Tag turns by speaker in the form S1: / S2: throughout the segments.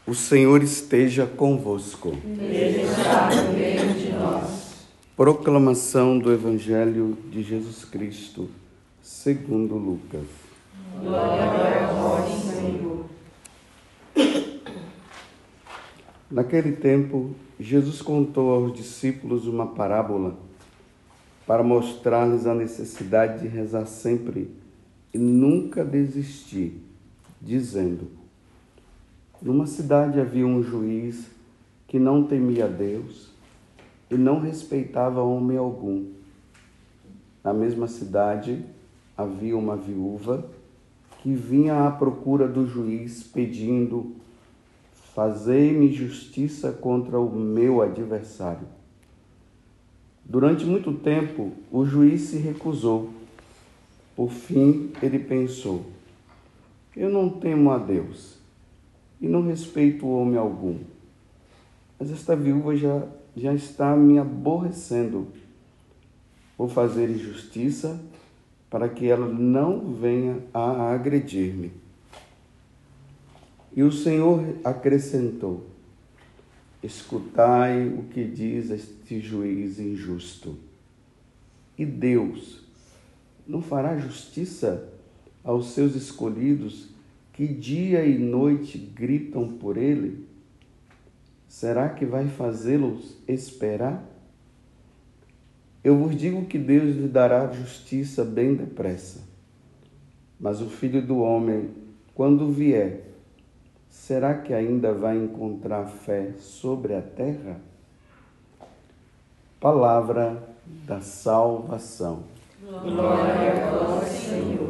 S1: O Senhor esteja convosco.
S2: Ele está no meio de nós.
S1: Proclamação do Evangelho de Jesus Cristo, segundo Lucas.
S2: Glória a vós, Senhor.
S1: Naquele tempo, Jesus contou aos discípulos uma parábola para mostrar-lhes a necessidade de rezar sempre e nunca desistir, dizendo: numa cidade havia um juiz que não temia a Deus e não respeitava homem algum. Na mesma cidade havia uma viúva que vinha à procura do juiz pedindo: fazei-me justiça contra o meu adversário. Durante muito tempo, o juiz se recusou. Por fim, ele pensou: eu não temo a Deus e não respeito homem algum, mas esta viúva já está me aborrecendo. Vou fazer justiça para que ela não venha a agredir-me. E o Senhor acrescentou: escutai o que diz este juiz injusto. E Deus não fará justiça aos seus escolhidos que dia e noite gritam por ele? Será que vai fazê-los esperar? Eu vos digo que Deus lhe dará justiça bem depressa. Mas o Filho do Homem, quando vier, será que ainda vai encontrar fé sobre a terra? Palavra da salvação.
S2: Glória a vós, Senhor.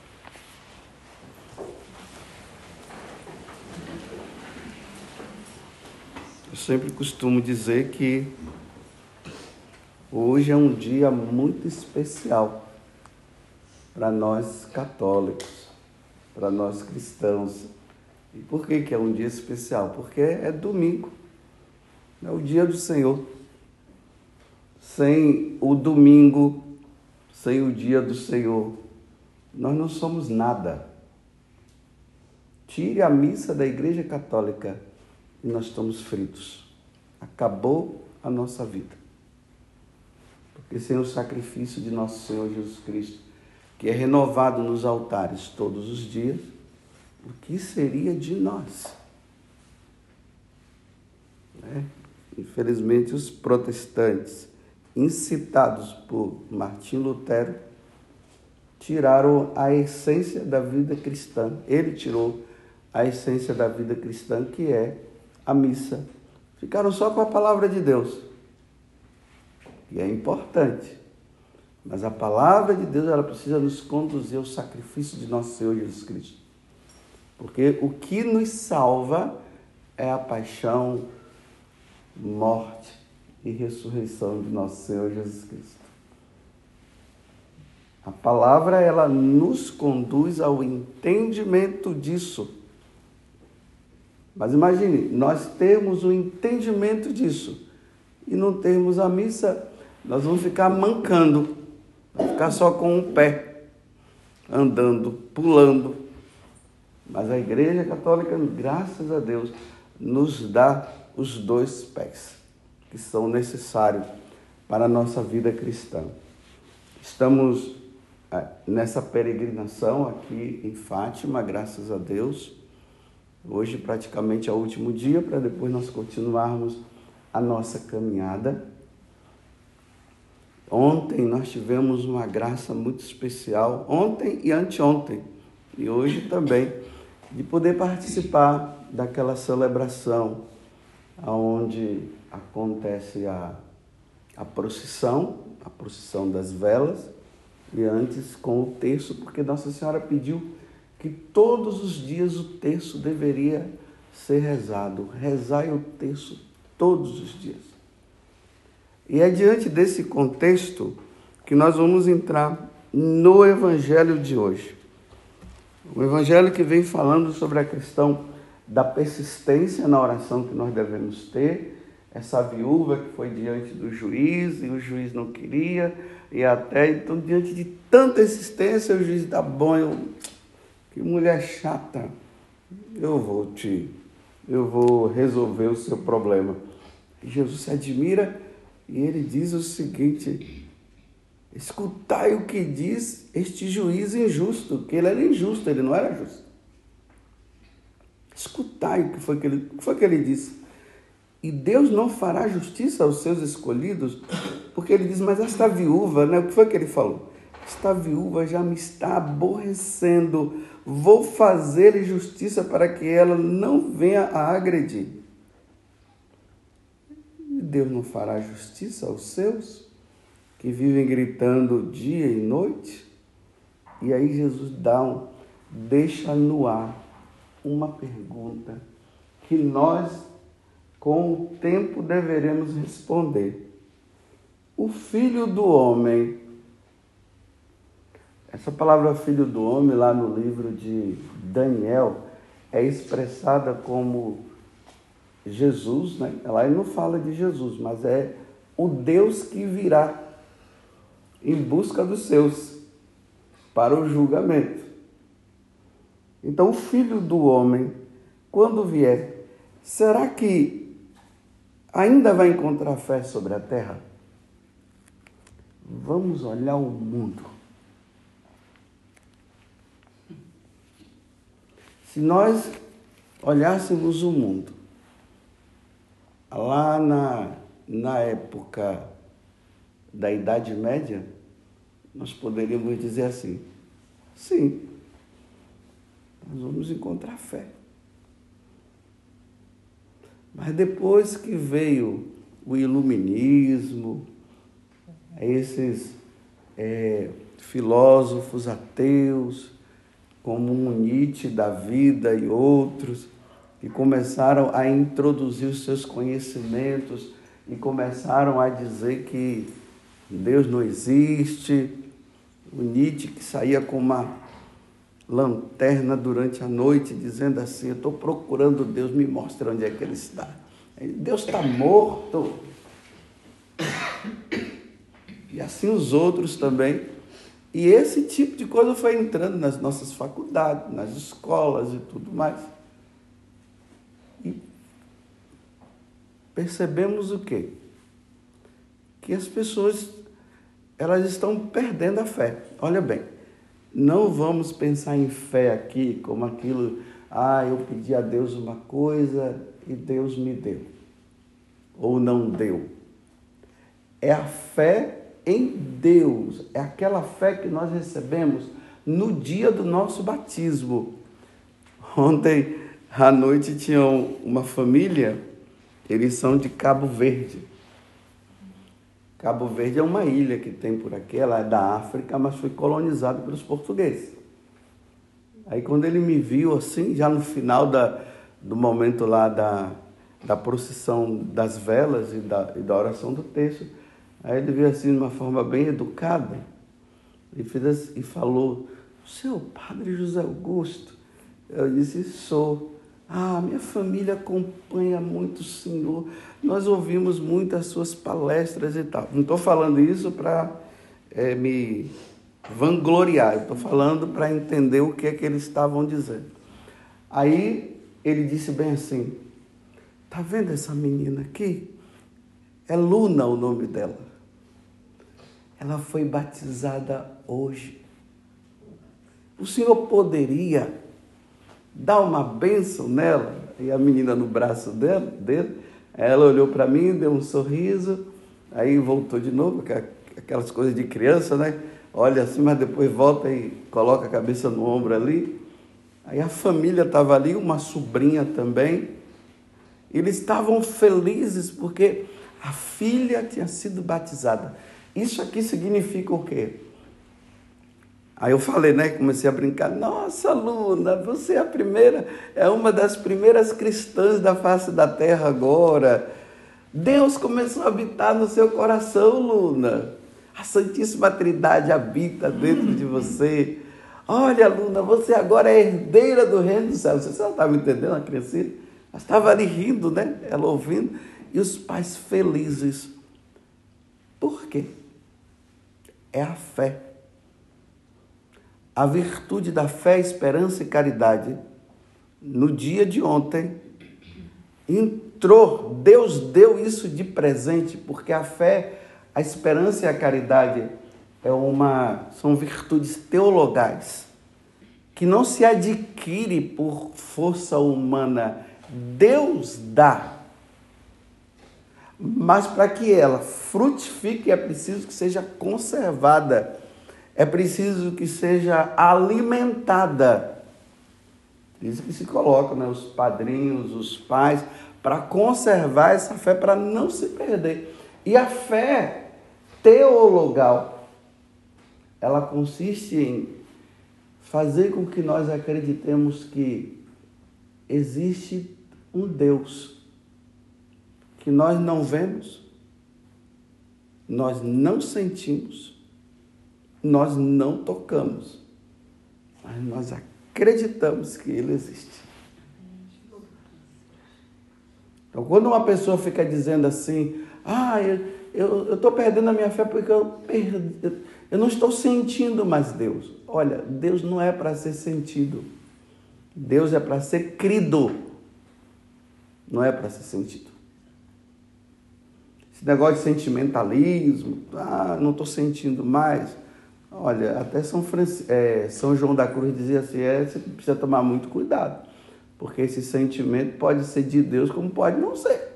S1: Eu sempre costumo dizer que hoje é um dia muito especial para nós católicos, para nós cristãos. E por que é um dia especial? Porque é domingo, é o dia do Senhor. Sem o domingo, sem o dia do Senhor, nós não somos nada. Tire a missa da Igreja Católica e nós estamos fritos. Acabou a nossa vida. Porque sem o sacrifício de nosso Senhor Jesus Cristo, que é renovado nos altares todos os dias, o que seria de nós? Infelizmente, os protestantes, incitados por Martim Lutero, tiraram a essência da vida cristã. Ele tirou a essência da vida cristã, que é a missa. Ficaram só com a palavra de Deus, que é importante. Mas a palavra de Deus, ela precisa nos conduzir ao sacrifício de nosso Senhor Jesus Cristo. Porque o que nos salva é a paixão, morte e ressurreição de nosso Senhor Jesus Cristo. A palavra, ela nos conduz ao entendimento disso. Mas imagine, nós termos o entendimento disso e não termos a missa, nós vamos ficar mancando, vamos ficar só com um pé, andando, pulando. Mas a Igreja Católica, graças a Deus, nos dá os dois pés, que são necessários para a nossa vida cristã. Estamos nessa peregrinação aqui em Fátima, graças a Deus. Hoje praticamente é o último dia, para depois nós continuarmos a nossa caminhada. Ontem nós tivemos uma graça muito especial, ontem e anteontem, e hoje também, de poder participar daquela celebração onde acontece a procissão das velas, e antes com o terço, porque Nossa Senhora pediu que todos os dias o terço deveria ser rezado. Rezai o terço todos os dias. E é diante desse contexto que nós vamos entrar no Evangelho de hoje. O Evangelho que vem falando sobre a questão da persistência na oração que nós devemos ter. Essa viúva que foi diante do juiz e o juiz não queria, e até então, diante de tanta insistência, o juiz dá bom, que mulher chata, eu vou te eu vou resolver o seu problema. E Jesus se admira e ele diz o seguinte: escutai o que diz este juiz injusto, que ele era injusto, ele não era justo. Escutai o que foi que ele disse. E Deus não fará justiça aos seus escolhidos, porque ele diz, mas esta viúva, né? O que foi que ele falou? Esta viúva já me está aborrecendo, vou fazer justiça para que ela não venha a agredir. E Deus não fará justiça aos seus, que vivem gritando dia e noite? E aí Jesus deixa no ar uma pergunta que nós, com o tempo, deveremos responder. O Filho do Homem, essa palavra Filho do Homem, lá no livro de Daniel, é expressada como Jesus, né? Lá ele não fala de Jesus, mas é o Deus que virá em busca dos seus para o julgamento. Então, o Filho do Homem, quando vier, será que ainda vai encontrar fé sobre a terra? Vamos olhar o mundo. Se nós olhássemos o mundo, lá na época da Idade Média, nós poderíamos dizer assim, sim, nós vamos encontrar fé. Mas depois que veio o iluminismo, esses filósofos ateus, como Nietzsche da vida e outros, que começaram a introduzir os seus conhecimentos e começaram a dizer que Deus não existe. O Nietzsche que saía com uma lanterna durante a noite, dizendo assim, eu estou procurando Deus, me mostra onde é que Ele está. Deus está morto. E assim os outros também. E esse tipo de coisa foi entrando nas nossas faculdades, nas escolas e tudo mais. E percebemos o quê? Que as pessoas, elas estão perdendo a fé. Olha bem, não vamos pensar em fé aqui como aquilo, eu pedi a Deus uma coisa e Deus me deu. Ou não deu. É a fé em Deus, é aquela fé que nós recebemos no dia do nosso batismo. Ontem à noite tinha uma família, eles são de Cabo Verde. Cabo Verde é uma ilha que tem por aqui, ela é da África, mas foi colonizada pelos portugueses. Aí quando ele me viu assim, já no final do momento lá da procissão das velas e da oração do texto, aí ele veio assim de uma forma bem educada e fez assim, e falou, você é o Padre José Augusto? Eu disse, sou. Minha família acompanha muito o senhor, nós ouvimos muito as suas palestras e tal. Não estou falando isso para me vangloriar, eu estou falando para entender o que é que eles estavam dizendo. Aí ele disse bem assim, tá vendo essa menina aqui? É Luna o nome dela. Ela foi batizada hoje. O senhor poderia dar uma bênção nela? E a menina no braço dele, ela olhou para mim, deu um sorriso, aí voltou de novo, aquelas coisas de criança, né? Olha assim, mas depois volta e coloca a cabeça no ombro ali. Aí a família estava ali, uma sobrinha também. Eles estavam felizes porque a filha tinha sido batizada. Isso aqui significa o quê? Aí eu falei, né? Comecei a brincar. Nossa, Luna, você é uma das primeiras cristãs da face da terra agora. Deus começou a habitar no seu coração, Luna. A Santíssima Trindade habita dentro de você. Olha, Luna, você agora é herdeira do reino dos céus. Você não estava entendendo a criancinha? Ela estava ali rindo, né? Ela ouvindo. E os pais felizes. Por quê? É a fé. A virtude da fé, esperança e caridade, no dia de ontem, entrou, Deus deu isso de presente, porque a fé, a esperança e a caridade são virtudes teologais, que não se adquire por força humana. Deus dá. Mas para que ela frutifique, é preciso que seja conservada, é preciso que seja alimentada. Isso que se coloca, né? Os padrinhos, os pais, para conservar essa fé, para não se perder. E a fé teologal, ela consiste em fazer com que nós acreditemos que existe um Deus que nós não vemos, nós não sentimos, nós não tocamos, mas nós acreditamos que Ele existe. Então, quando uma pessoa fica dizendo assim, eu estou perdendo a minha fé porque eu não estou sentindo mais Deus. Olha, Deus não é para ser sentido. Deus é para ser crido. Não é para ser sentido. Esse negócio de sentimentalismo, não estou sentindo mais. Olha, até São João da Cruz dizia assim, você precisa tomar muito cuidado, porque esse sentimento pode ser de Deus como pode não ser.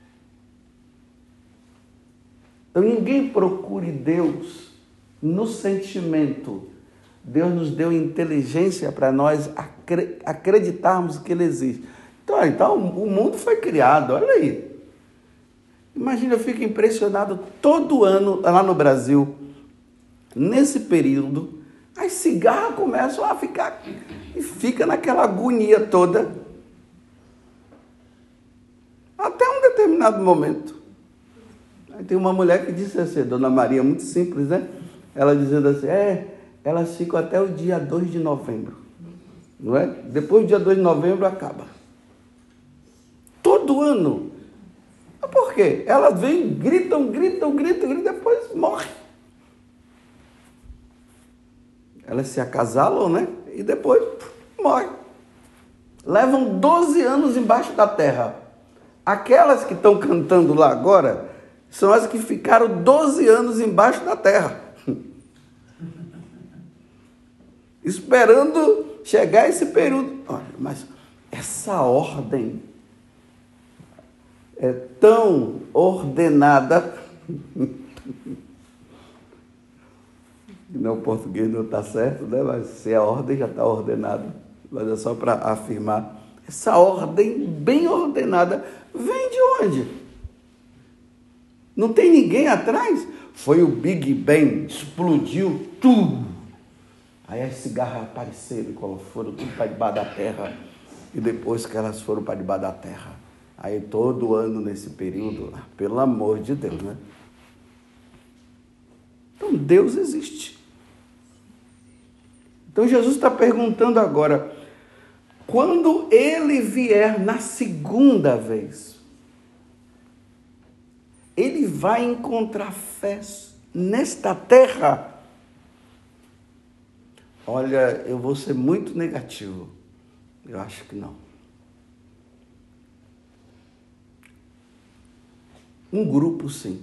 S1: Então ninguém procure Deus no sentimento. Deus nos deu inteligência para nós acreditarmos que Ele existe. Então o mundo foi criado, olha aí. Imagina, eu fico impressionado todo ano lá no Brasil, nesse período, as cigarras começam a ficar, e fica naquela agonia toda, até um determinado momento. Aí tem uma mulher que disse assim, Dona Maria, muito simples, né? Ela dizendo assim, elas ficam até o dia 2 de novembro, não é? Depois do dia 2 de novembro acaba. Todo ano. Por quê? Elas vêm, gritam, depois morrem. Elas se acasalam, né? E depois morrem. Levam 12 anos embaixo da terra. Aquelas que estão cantando lá agora são as que ficaram 12 anos embaixo da terra. Esperando chegar esse período. Olha, mas essa ordem é tão ordenada. Não, o português não está certo, né? Mas se a ordem já está ordenada. Mas é só para afirmar. Essa ordem bem ordenada vem de onde? Não tem ninguém atrás? Foi o Big Bang, explodiu tudo. Aí as cigarras apareceram e foram tudo para debaixo da terra. E depois que elas foram para debaixo da terra, aí todo ano nesse período, pelo amor de Deus, né? Então Deus existe. Então Jesus está perguntando agora, quando Ele vier na segunda vez, Ele vai encontrar fé nesta terra? Olha, eu vou ser muito negativo. Eu acho que não. Um grupo, sim.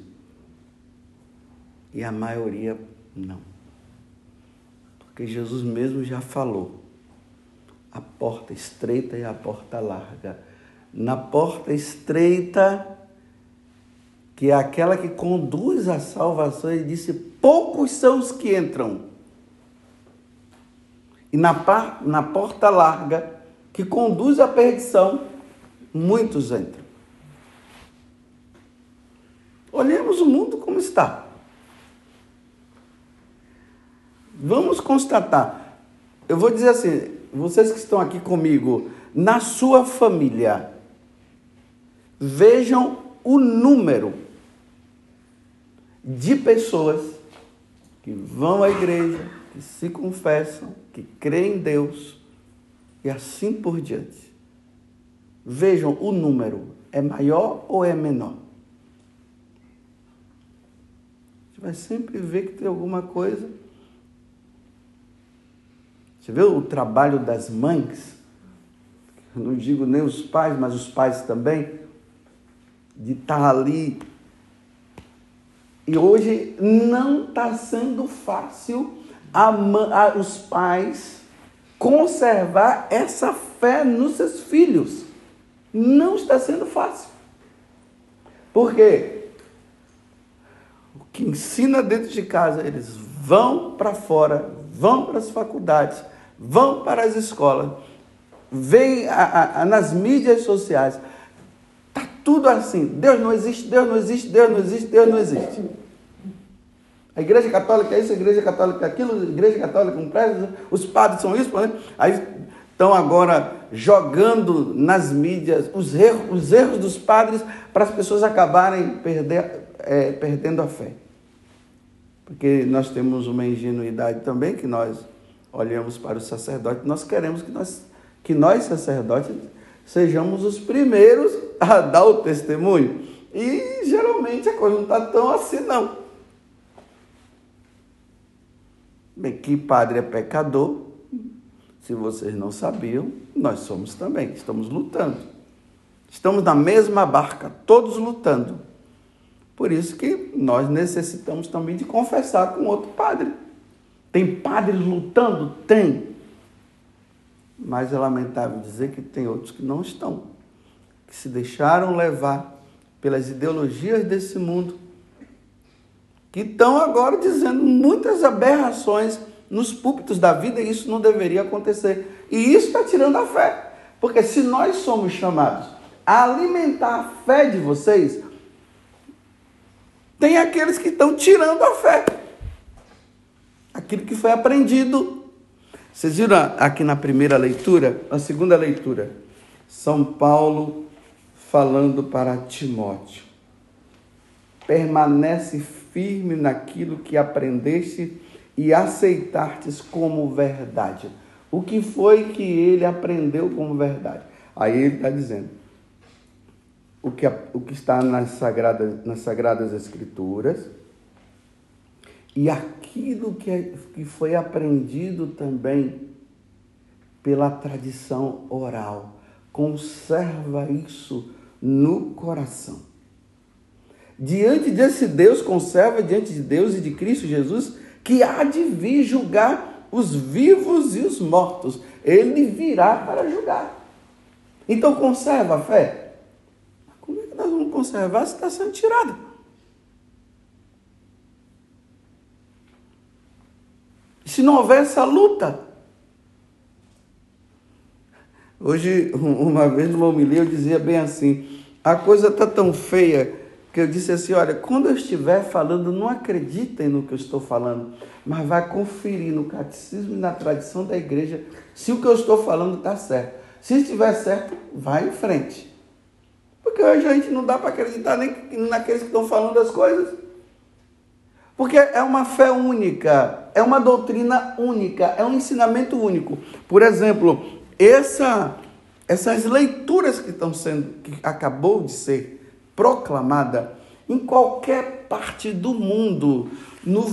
S1: E a maioria, não. Porque Jesus mesmo já falou. A porta estreita e a porta larga. Na porta estreita, que é aquela que conduz à salvação, ele disse, poucos são os que entram. E na porta larga, que conduz à perdição, muitos entram. Olhemos o mundo como está. Vamos constatar. Eu vou dizer assim, vocês que estão aqui comigo, na sua família, vejam o número de pessoas que vão à igreja, que se confessam, que creem em Deus e assim por diante. Vejam o número, é maior ou é menor? Você vai sempre ver que tem alguma coisa. Você vê o trabalho das mães? não digo nem os pais, mas os pais também, de estar ali. E hoje não está sendo fácil os pais conservar essa fé nos seus filhos. Não está sendo fácil. Por quê? O que ensina dentro de casa, eles vão para fora, vão para as faculdades, vão para as escolas, vêm nas mídias sociais. Está tudo assim. Deus não existe, Deus não existe, Deus não existe, Deus não existe. A igreja católica é isso, a igreja católica é aquilo, a igreja católica não presta, os padres são isso. Aí estão agora jogando nas mídias os erros dos padres para as pessoas acabarem perdendo a fé. Porque nós temos uma ingenuidade também, que nós olhamos para o sacerdote, nós queremos que nós sacerdotes sejamos os primeiros a dar o testemunho. E geralmente a coisa não está tão assim não. Bem, que padre é pecador, se vocês não sabiam, nós somos também, estamos lutando. Estamos na mesma barca, todos lutando. Por isso que nós necessitamos também de confessar com outro padre. Tem padres lutando? Tem. Mas é lamentável dizer que tem outros que não estão, que se deixaram levar pelas ideologias desse mundo, que estão agora dizendo muitas aberrações nos púlpitos da vida, e isso não deveria acontecer. E isso está tirando a fé. Porque se nós somos chamados a alimentar a fé de vocês, tem aqueles que estão tirando a fé. Aquilo que foi aprendido. Vocês viram aqui na primeira leitura, na segunda leitura, São Paulo falando para Timóteo. Permanece firme naquilo que aprendeste e aceitastes como verdade. O que foi que ele aprendeu como verdade? Aí ele está dizendo, o que está nas Sagradas Escrituras e aquilo que foi aprendido também pela tradição oral. Conserva isso no coração. Diante desse Deus, conserva diante de Deus e de Cristo Jesus, que há de vir julgar os vivos e os mortos. Ele virá para julgar. Então conserva a fé. Como é que nós vamos conservar se está sendo tirada? Se não houver essa luta. Hoje, uma vez numa homilia, eu dizia bem assim, a coisa está tão feia que eu disse assim, olha, quando eu estiver falando, não acreditem no que eu estou falando, mas vai conferir no catecismo e na tradição da igreja se o que eu estou falando está certo. Se estiver certo, vai em frente. Porque hoje a gente não dá para acreditar nem naqueles que estão falando as coisas. Porque é uma fé única, é uma doutrina única, é um ensinamento único. Por exemplo, essas leituras que acabou de ser proclamada em qualquer parte do mundo, no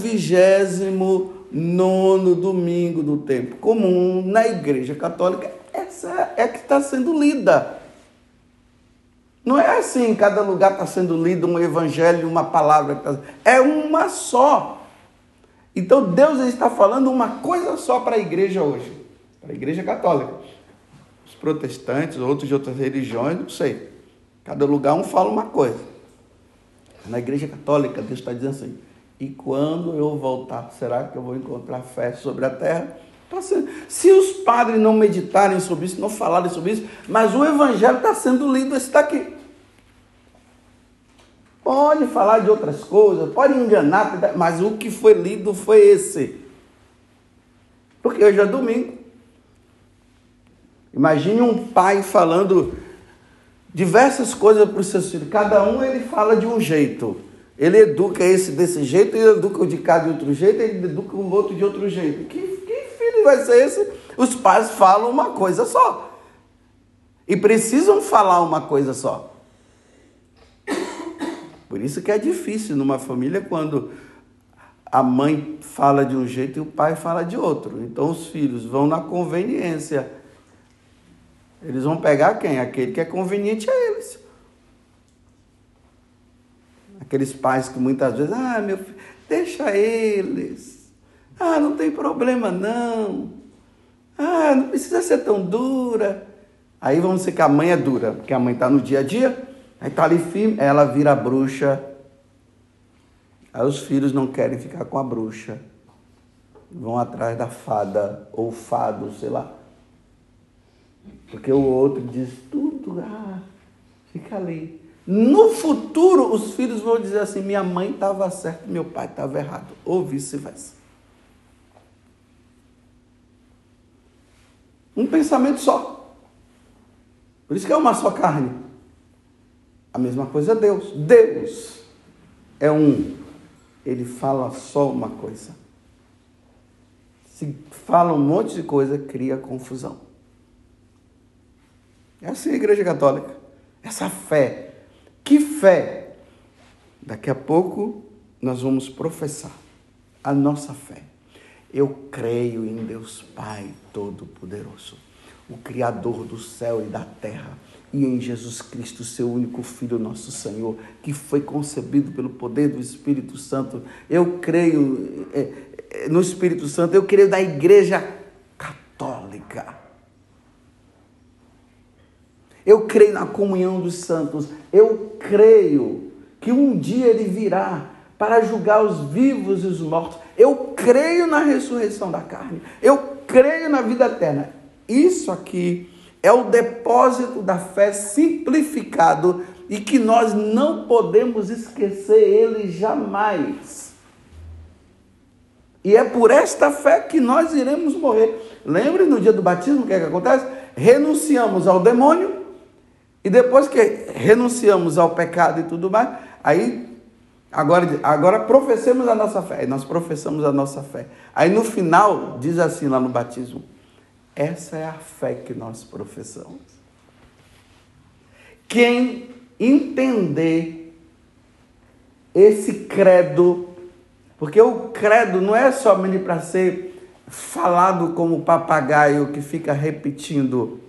S1: 29º domingo do tempo comum, na Igreja Católica, essa é que está sendo lida. Não é assim, em cada lugar está sendo lido um evangelho, uma palavra, é uma só. Então Deus está falando uma coisa só para a igreja hoje, para a Igreja Católica. Os protestantes, outros de outras religiões, não sei. Cada lugar um fala uma coisa. Na Igreja Católica, Deus está dizendo assim, e quando eu voltar, será que eu vou encontrar fé sobre a terra? Se os padres não meditarem sobre isso, não falarem sobre isso, mas o Evangelho está sendo lido, esse está aqui. Pode falar de outras coisas, pode enganar, mas o que foi lido foi esse. Porque hoje é domingo. Imagine um pai falando diversas coisas para os seus filhos. Cada um ele fala de um jeito. Ele educa esse desse jeito, ele educa o de cá de outro jeito, ele educa o outro de outro jeito. Que filho vai ser esse? Os pais falam uma coisa só. E precisam falar uma coisa só. Por isso que é difícil numa família quando a mãe fala de um jeito e o pai fala de outro. Então os filhos vão na conveniência. Eles vão pegar quem? Aquele que é conveniente a eles. Aqueles pais que muitas vezes, meu filho, deixa eles. Não tem problema não. Não precisa ser tão dura. Aí vamos dizer que a mãe é dura, porque a mãe está no dia a dia, aí está ali firme, ela vira bruxa. Aí os filhos não querem ficar com a bruxa. Vão atrás da fada, ou fado, sei lá. Porque o outro diz tudo, fica ali. No futuro, os filhos vão dizer assim, minha mãe estava certa, meu pai estava errado. Ou vice-versa. Um pensamento só. Por isso que é uma só carne. A mesma coisa é Deus. Deus é um. Ele fala só uma coisa. Se fala um monte de coisa, cria confusão. É assim a Igreja Católica. Essa fé. Que fé? Daqui a pouco nós vamos professar a nossa fé. Eu creio em Deus Pai Todo-Poderoso, o Criador do céu e da terra, e em Jesus Cristo, seu único Filho, nosso Senhor, que foi concebido pelo poder do Espírito Santo. Eu creio no Espírito Santo, eu creio na Igreja Católica. Eu creio na comunhão dos santos. Eu creio que um dia ele virá para julgar os vivos e os mortos. Eu creio na ressurreição da carne. Eu creio na vida eterna. Isso aqui é o depósito da fé simplificado e que nós não podemos esquecer ele jamais. E é por esta fé que nós iremos morrer. Lembre no dia do batismo o que é que acontece? Renunciamos ao demônio. E depois que renunciamos ao pecado e tudo mais, aí, agora professemos a nossa fé. Aí nós professamos a nossa fé. Aí no final, diz assim lá no batismo, essa é a fé que nós professamos. Quem entender esse credo, porque o credo não é somente para ser falado como papagaio que fica repetindo,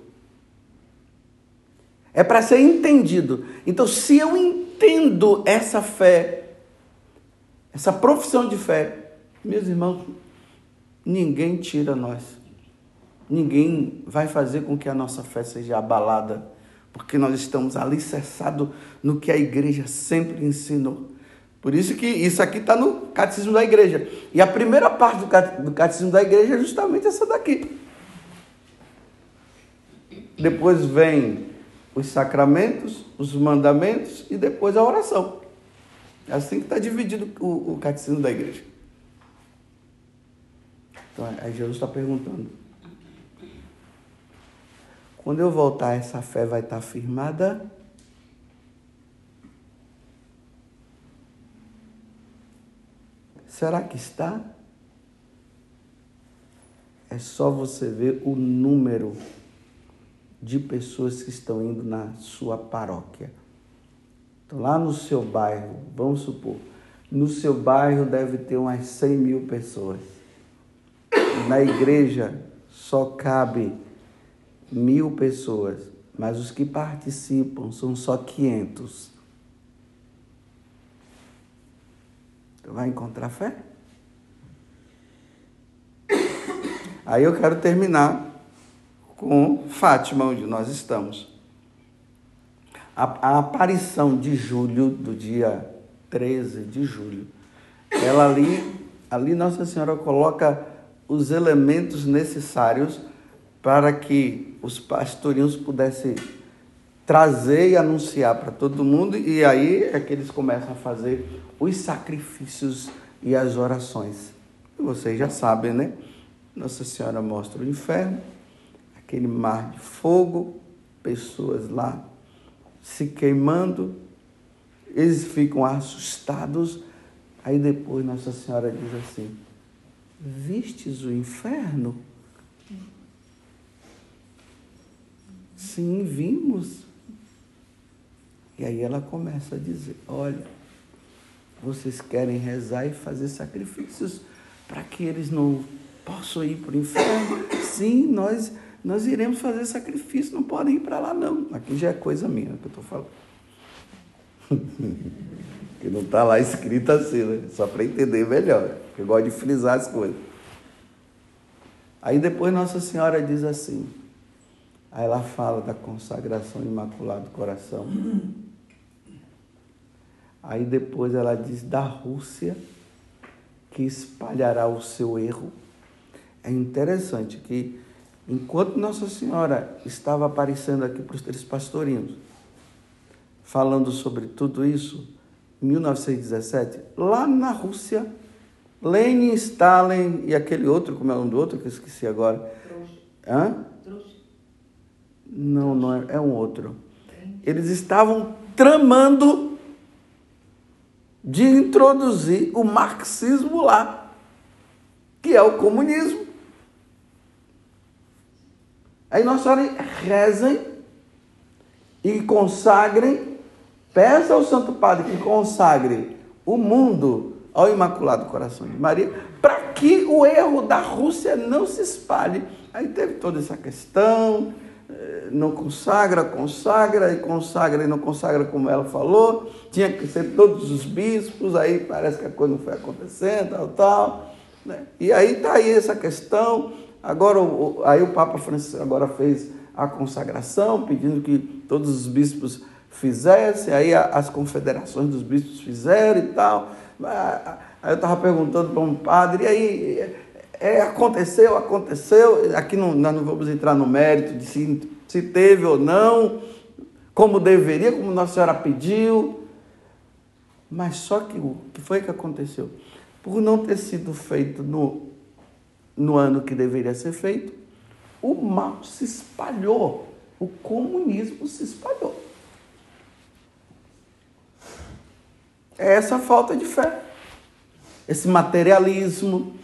S1: é para ser entendido. Então, se eu entendo essa fé, essa profissão de fé, meus irmãos, ninguém tira nós. Ninguém vai fazer com que a nossa fé seja abalada, porque nós estamos alicerçados no que a igreja sempre ensinou. Por isso que isso aqui está no Catecismo da Igreja. E a primeira parte do Catecismo da Igreja é justamente essa daqui. Depois vem os sacramentos, os mandamentos e depois a oração. É assim que está dividido o Catecismo da Igreja. Então, aí Jesus está perguntando, quando eu voltar, essa fé vai estar firmada? Será que está? É só você ver o número de pessoas que estão indo na sua paróquia. Então, lá no seu bairro, vamos supor, no seu bairro deve ter umas 100 mil pessoas. Na igreja só cabe 1.000 pessoas, mas os que participam são só 500. Então, vai encontrar fé? Aí eu quero terminar com Fátima, onde nós estamos. A aparição de julho, do dia 13 de julho, ela ali Nossa Senhora coloca os elementos necessários para que os pastorinhos pudessem trazer e anunciar para todo mundo, e aí é que eles começam a fazer os sacrifícios e as orações. E vocês já sabem, né? Nossa Senhora mostra o inferno, aquele mar de fogo, pessoas lá se queimando, eles ficam assustados. Aí depois Nossa Senhora diz assim, vistes o inferno? Sim, vimos. E aí ela começa a dizer, olha, vocês querem rezar e fazer sacrifícios para que eles não possam ir para o inferno? Sim, nós nós iremos fazer sacrifício, não podem ir para lá não. Aqui já é coisa minha que eu estou falando. Que não está lá escrito assim, né? Só para entender melhor, porque eu gosto de frisar as coisas. Aí depois Nossa Senhora diz assim, aí ela fala da consagração do Imaculado Coração. Aí depois ela diz da Rússia, que espalhará o seu erro. É interessante que, enquanto Nossa Senhora estava aparecendo aqui para os 3 pastorinhos, falando sobre tudo isso, em 1917, lá na Rússia, Lenin, Stalin e aquele outro, como é o nome do outro, que eu esqueci agora. Hã? Não é um outro. Eles estavam tramando de introduzir o marxismo lá, que é o comunismo. Aí Nossa Senhora, rezem e consagrem, peça ao Santo Padre que consagre o mundo ao Imaculado Coração de Maria, para que o erro da Rússia não se espalhe. Aí teve toda essa questão, não consagra e não consagra como ela falou, tinha que ser todos os bispos, aí parece que a coisa não foi acontecendo, tal, né? E aí está aí essa questão. Agora, aí o Papa Francisco agora fez a consagração, pedindo que todos os bispos fizessem, aí as confederações dos bispos fizeram e tal. Aí eu estava perguntando para um padre, e aí aconteceu, aqui nós não vamos entrar no mérito de se teve ou não, como deveria, como Nossa Senhora pediu, mas só que o que foi que aconteceu? Por não ter sido feito no ano que deveria ser feito, o mal se espalhou, o comunismo se espalhou. É essa falta de fé, esse materialismo,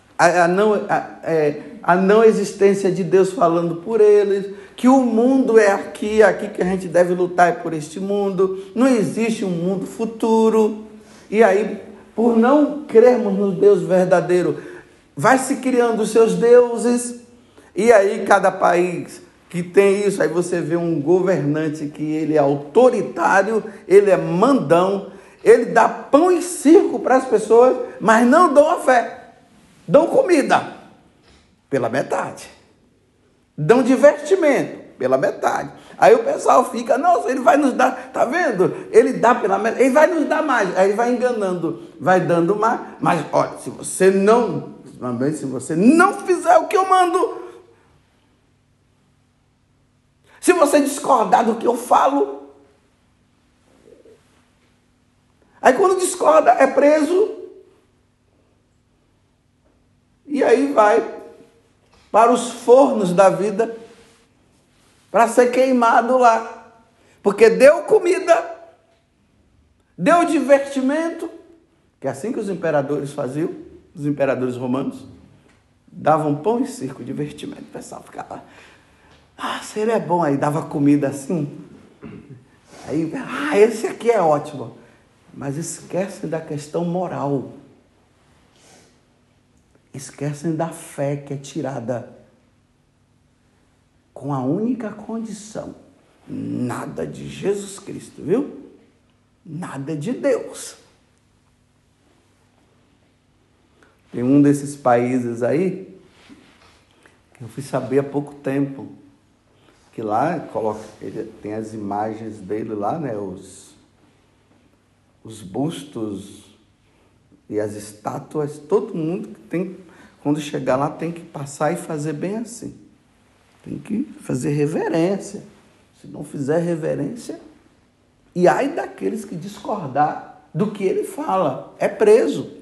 S1: a não existência de Deus falando por eles, que o mundo é aqui que a gente deve lutar por este mundo, não existe um mundo futuro, e aí, por não crermos no Deus verdadeiro, vai se criando os seus deuses, e aí cada país que tem isso, aí você vê um governante que ele é autoritário, ele é mandão, ele dá pão e circo para as pessoas, mas não dão a fé, dão comida pela metade, dão divertimento pela metade. Aí o pessoal fica, nossa, ele vai nos dar, tá vendo? Ele dá pela metade, ele vai nos dar mais, aí ele vai enganando, vai dando mais, mas olha, se você não fizer o que eu mando, se você discordar do que eu falo, aí quando discorda é preso, e aí vai para os fornos da vida, para ser queimado lá, porque deu comida, deu divertimento, que é assim que os imperadores faziam, os imperadores romanos, davam pão e circo, divertimento, o pessoal ficava, seria bom, aí dava comida assim, aí, esse aqui é ótimo, mas esquecem da questão moral, esquecem da fé que é tirada com a única condição, nada de Jesus Cristo, viu? Nada de Deus. Tem um desses países aí, que eu fui saber há pouco tempo, que lá ele tem as imagens dele lá, né? Os bustos e as estátuas, todo mundo que tem, quando chegar lá, tem que passar e fazer bem assim. Tem que fazer reverência. Se não fizer reverência, e ai daqueles que discordar do que ele fala, é preso.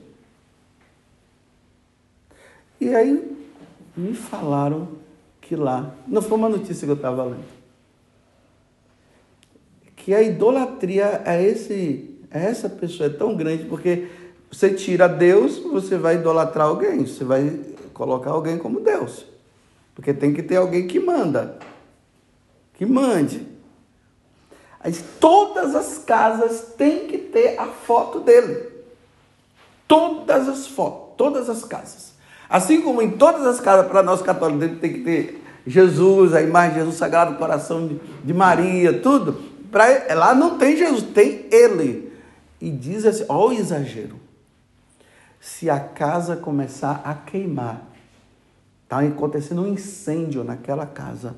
S1: E aí me falaram que lá, não foi uma notícia que eu estava lendo, que a idolatria essa pessoa é tão grande, porque você tira Deus, você vai idolatrar alguém, você vai colocar alguém como Deus, porque tem que ter alguém que manda, que mande. Aí, todas as casas têm que ter a foto dele, todas as fotos, todas as casas. Assim como em todas as casas, para nós católicos, tem que ter Jesus, a imagem de Jesus, Sagrado Coração de Maria, tudo. Lá não tem Jesus, tem ele. E diz assim, olha o exagero. Se a casa começar a queimar, está acontecendo um incêndio naquela casa,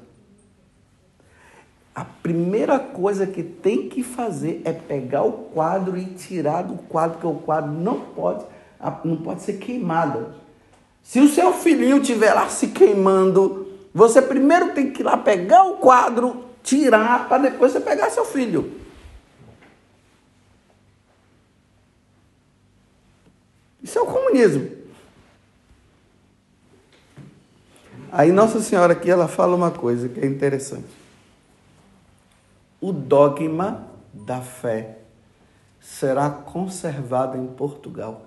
S1: a primeira coisa que tem que fazer é pegar o quadro e tirar do quadro, porque o quadro não pode ser queimado. Se o seu filhinho estiver lá se queimando, você primeiro tem que ir lá pegar o quadro, tirar, para depois você pegar seu filho. Isso é o comunismo. Aí Nossa Senhora aqui, ela fala uma coisa que é interessante. O dogma da fé será conservado em Portugal.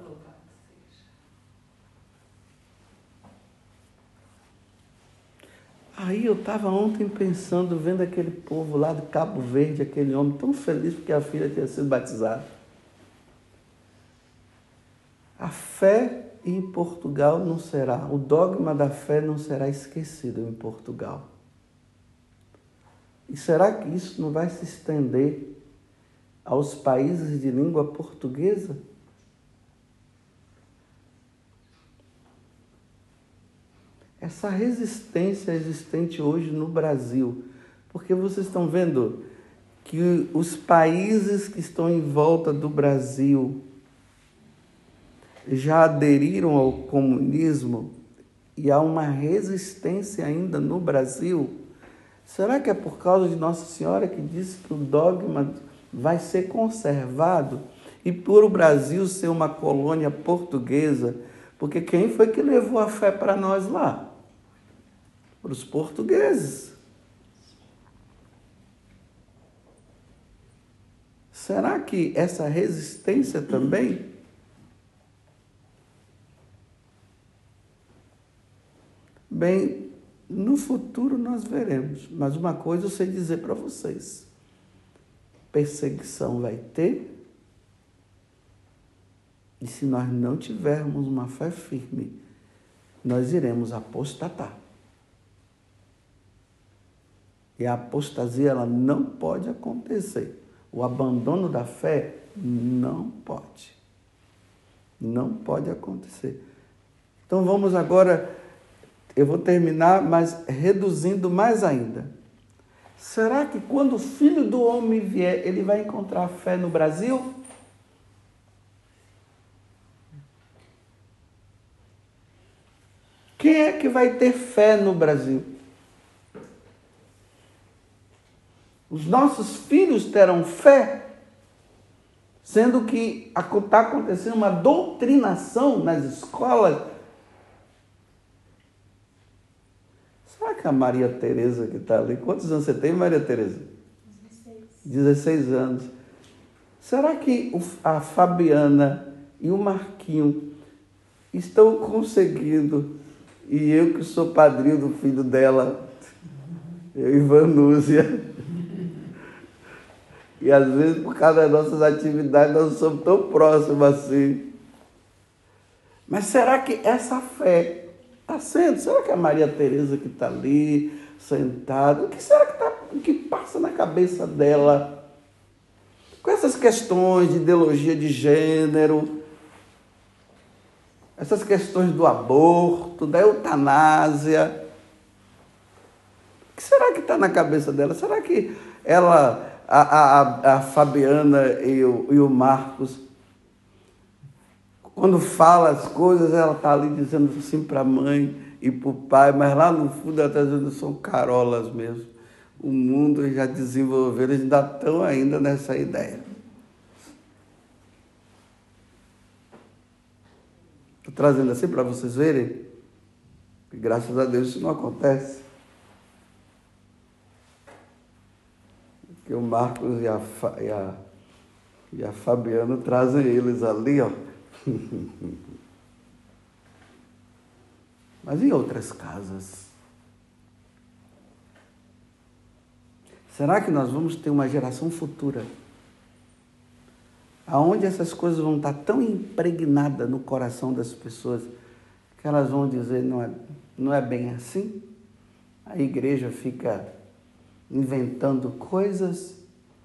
S1: Aí eu estava ontem pensando, vendo aquele povo lá de Cabo Verde, aquele homem tão feliz porque a filha tinha sido batizada. A fé em Portugal não será, o dogma da fé não será esquecido em Portugal. E será que isso não vai se estender aos países de língua portuguesa? Essa resistência existente hoje no Brasil, porque vocês estão vendo que os países que estão em volta do Brasil já aderiram ao comunismo e há uma resistência ainda no Brasil. Será que é por causa de Nossa Senhora que disse que o dogma vai ser conservado e por o Brasil ser uma colônia portuguesa? Porque quem foi que levou a fé para nós lá? Para os portugueses. Será que essa resistência também? Bem, no futuro nós veremos, mas uma coisa eu sei dizer para vocês: perseguição vai ter, e se nós não tivermos uma fé firme, nós iremos apostatar. E a apostasia, ela não pode acontecer. O abandono da fé não pode. Não pode acontecer. Então vamos agora... Eu vou terminar, mas reduzindo mais ainda. Será que quando o Filho do Homem vier, ele vai encontrar fé no Brasil? Quem é que vai ter fé no Brasil? Os nossos filhos terão fé, sendo que está acontecendo uma doutrinação nas escolas. Será que a Maria Tereza que está ali, quantos anos você tem, Maria Tereza? 16 anos. Será que a Fabiana e o Marquinho estão conseguindo, e eu que sou padrinho do filho dela, eu e Vanúzia, e às vezes por causa das nossas atividades nós não somos tão próximos assim. Mas será que essa fé está sendo? Será que a Maria Tereza que está ali, sentada, o que será que passa na cabeça dela? Com essas questões de ideologia de gênero, essas questões do aborto, da eutanásia, o que será que está na cabeça dela? Será que ela, a Fabiana e o Marcos, quando fala as coisas, ela está ali dizendo assim para a mãe e para o pai, mas lá no fundo ela está dizendo, são carolas mesmo. O mundo já desenvolveu, eles ainda estão ainda nessa ideia. Estou trazendo assim para vocês verem que graças a Deus isso não acontece. Que o Marcos e a Fabiana trazem eles ali, ó. Mas em outras casas? Será que nós vamos ter uma geração futura aonde essas coisas vão estar tão impregnadas no coração das pessoas que elas vão dizer, não é bem assim? a igreja fica inventando coisas,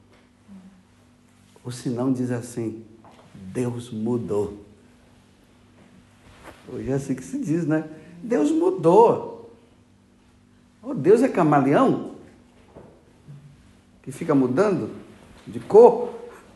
S1: ou se não diz assim, Deus mudou. Hoje é assim que se diz, né? Deus mudou. Oh, Deus é camaleão? Que fica mudando de cor?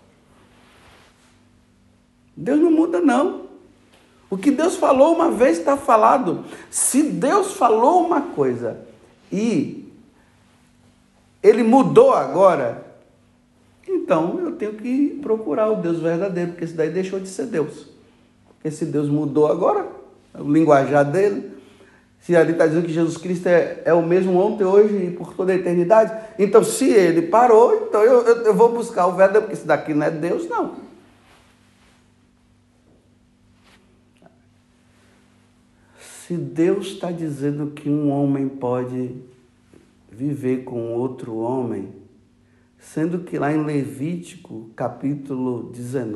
S1: Deus não muda, não. O que Deus falou uma vez está falado. Se Deus falou uma coisa e Ele mudou agora, então eu tenho que procurar o Deus verdadeiro, porque esse daí deixou de ser Deus. Porque se Deus mudou agora, o linguajar dele, se ali está dizendo que Jesus Cristo é o mesmo ontem, hoje e por toda a eternidade, então se Ele parou, então eu vou buscar o verdadeiro, porque esse daqui não é Deus, não. Se Deus está dizendo que um homem pode viver com outro homem, sendo que lá em Levítico, capítulo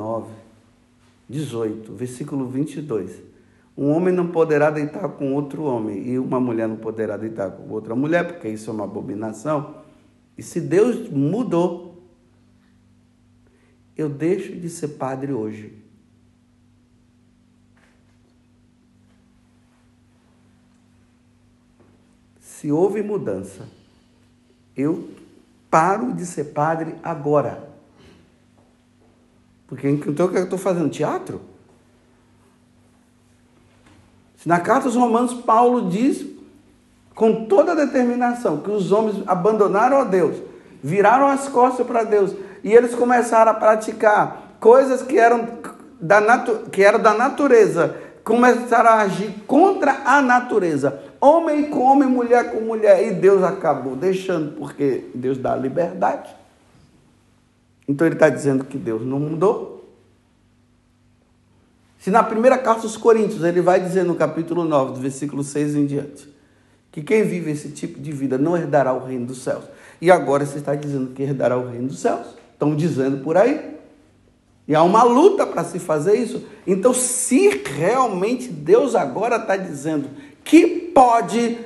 S1: 18, versículo 22, um homem não poderá deitar com outro homem e uma mulher não poderá deitar com outra mulher, porque isso é uma abominação. E se Deus mudou, eu deixo de ser padre hoje. Se houve mudança, eu paro de ser padre agora. Porque então o que eu estou fazendo? Teatro? Se na carta aos Romanos, Paulo diz com toda a determinação que os homens abandonaram a Deus, viraram as costas para Deus e eles começaram a praticar coisas que eram da natureza, começaram a agir contra a natureza. Homem com homem, mulher com mulher. E Deus acabou deixando, porque Deus dá liberdade. Então ele está dizendo que Deus não mudou. Se na primeira carta aos Coríntios, ele vai dizer no capítulo 9, do versículo 6 em diante, que quem vive esse tipo de vida não herdará o reino dos céus. E agora você está dizendo que herdará o reino dos céus. Estão dizendo por aí. E há uma luta para se fazer isso. Então, se realmente Deus agora está dizendo que pode,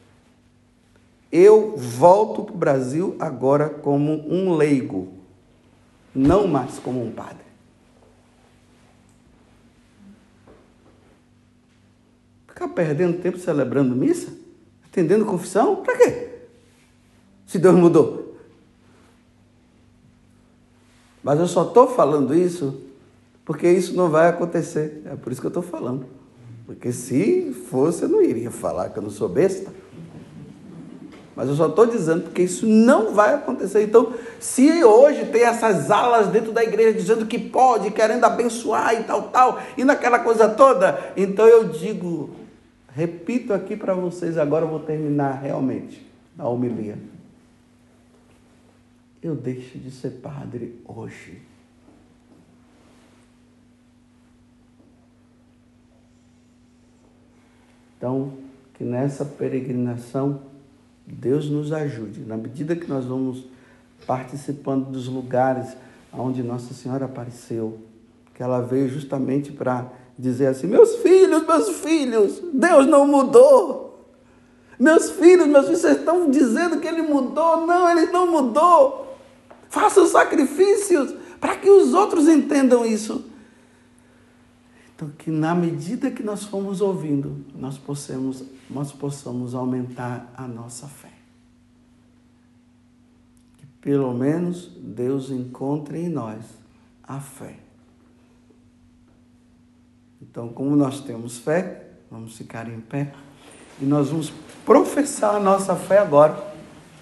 S1: eu volto para o Brasil agora como um leigo, não mais como um padre. Ficar perdendo tempo celebrando missa? Atendendo confissão? Para quê? Se Deus mudou. Mas eu só estou falando isso porque isso não vai acontecer. É por isso que eu estou falando. Porque se fosse, eu não iria falar que eu não sou besta. Mas eu só estou dizendo porque isso não vai acontecer. Então, se hoje tem essas alas dentro da igreja dizendo que pode, querendo abençoar e tal, e naquela coisa toda, então eu digo, repito aqui para vocês, agora eu vou terminar realmente a homilia. Eu deixo de ser padre hoje. Então, que nessa peregrinação, Deus nos ajude. Na medida que nós vamos participando dos lugares onde Nossa Senhora apareceu, que ela veio justamente para dizer assim, meus filhos, Deus não mudou. Meus filhos, vocês estão dizendo que Ele mudou. Não, Ele não mudou. Façam sacrifícios para que os outros entendam isso. Então, que na medida que nós formos ouvindo, nós possamos aumentar a nossa fé. Que pelo menos Deus encontre em nós a fé. Então, como nós temos fé, vamos ficar em pé e nós vamos professar a nossa fé agora.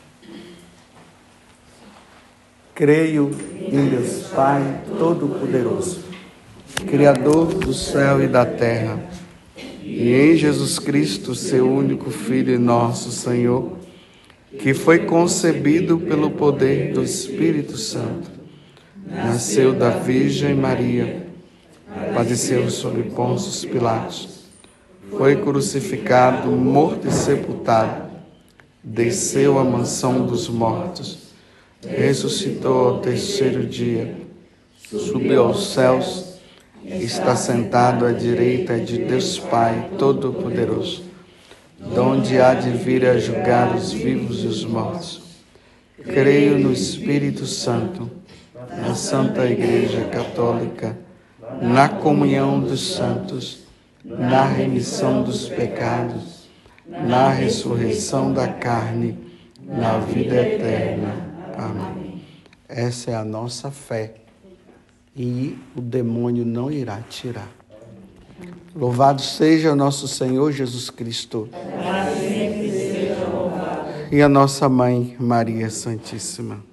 S1: Creio em Deus Pai Todo-Poderoso, Criador do céu e da terra, e em Jesus Cristo, seu único Filho e nosso Senhor, que foi concebido pelo poder do Espírito Santo, nasceu da Virgem Maria, padeceu sob Pôncio Pilatos, foi crucificado, morto e sepultado, desceu à mansão dos mortos, ressuscitou ao terceiro dia, subiu aos céus, está sentado à direita de Deus Pai Todo-Poderoso. donde há de vir a julgar os vivos e os mortos. Creio no Espírito Santo, na Santa Igreja Católica, na comunhão dos santos, na remissão dos pecados, na ressurreição da carne, na vida eterna. Amém. Essa é a nossa fé e o demônio não irá tirar. Louvado seja o nosso Senhor Jesus Cristo. E a nossa Mãe, Maria Santíssima.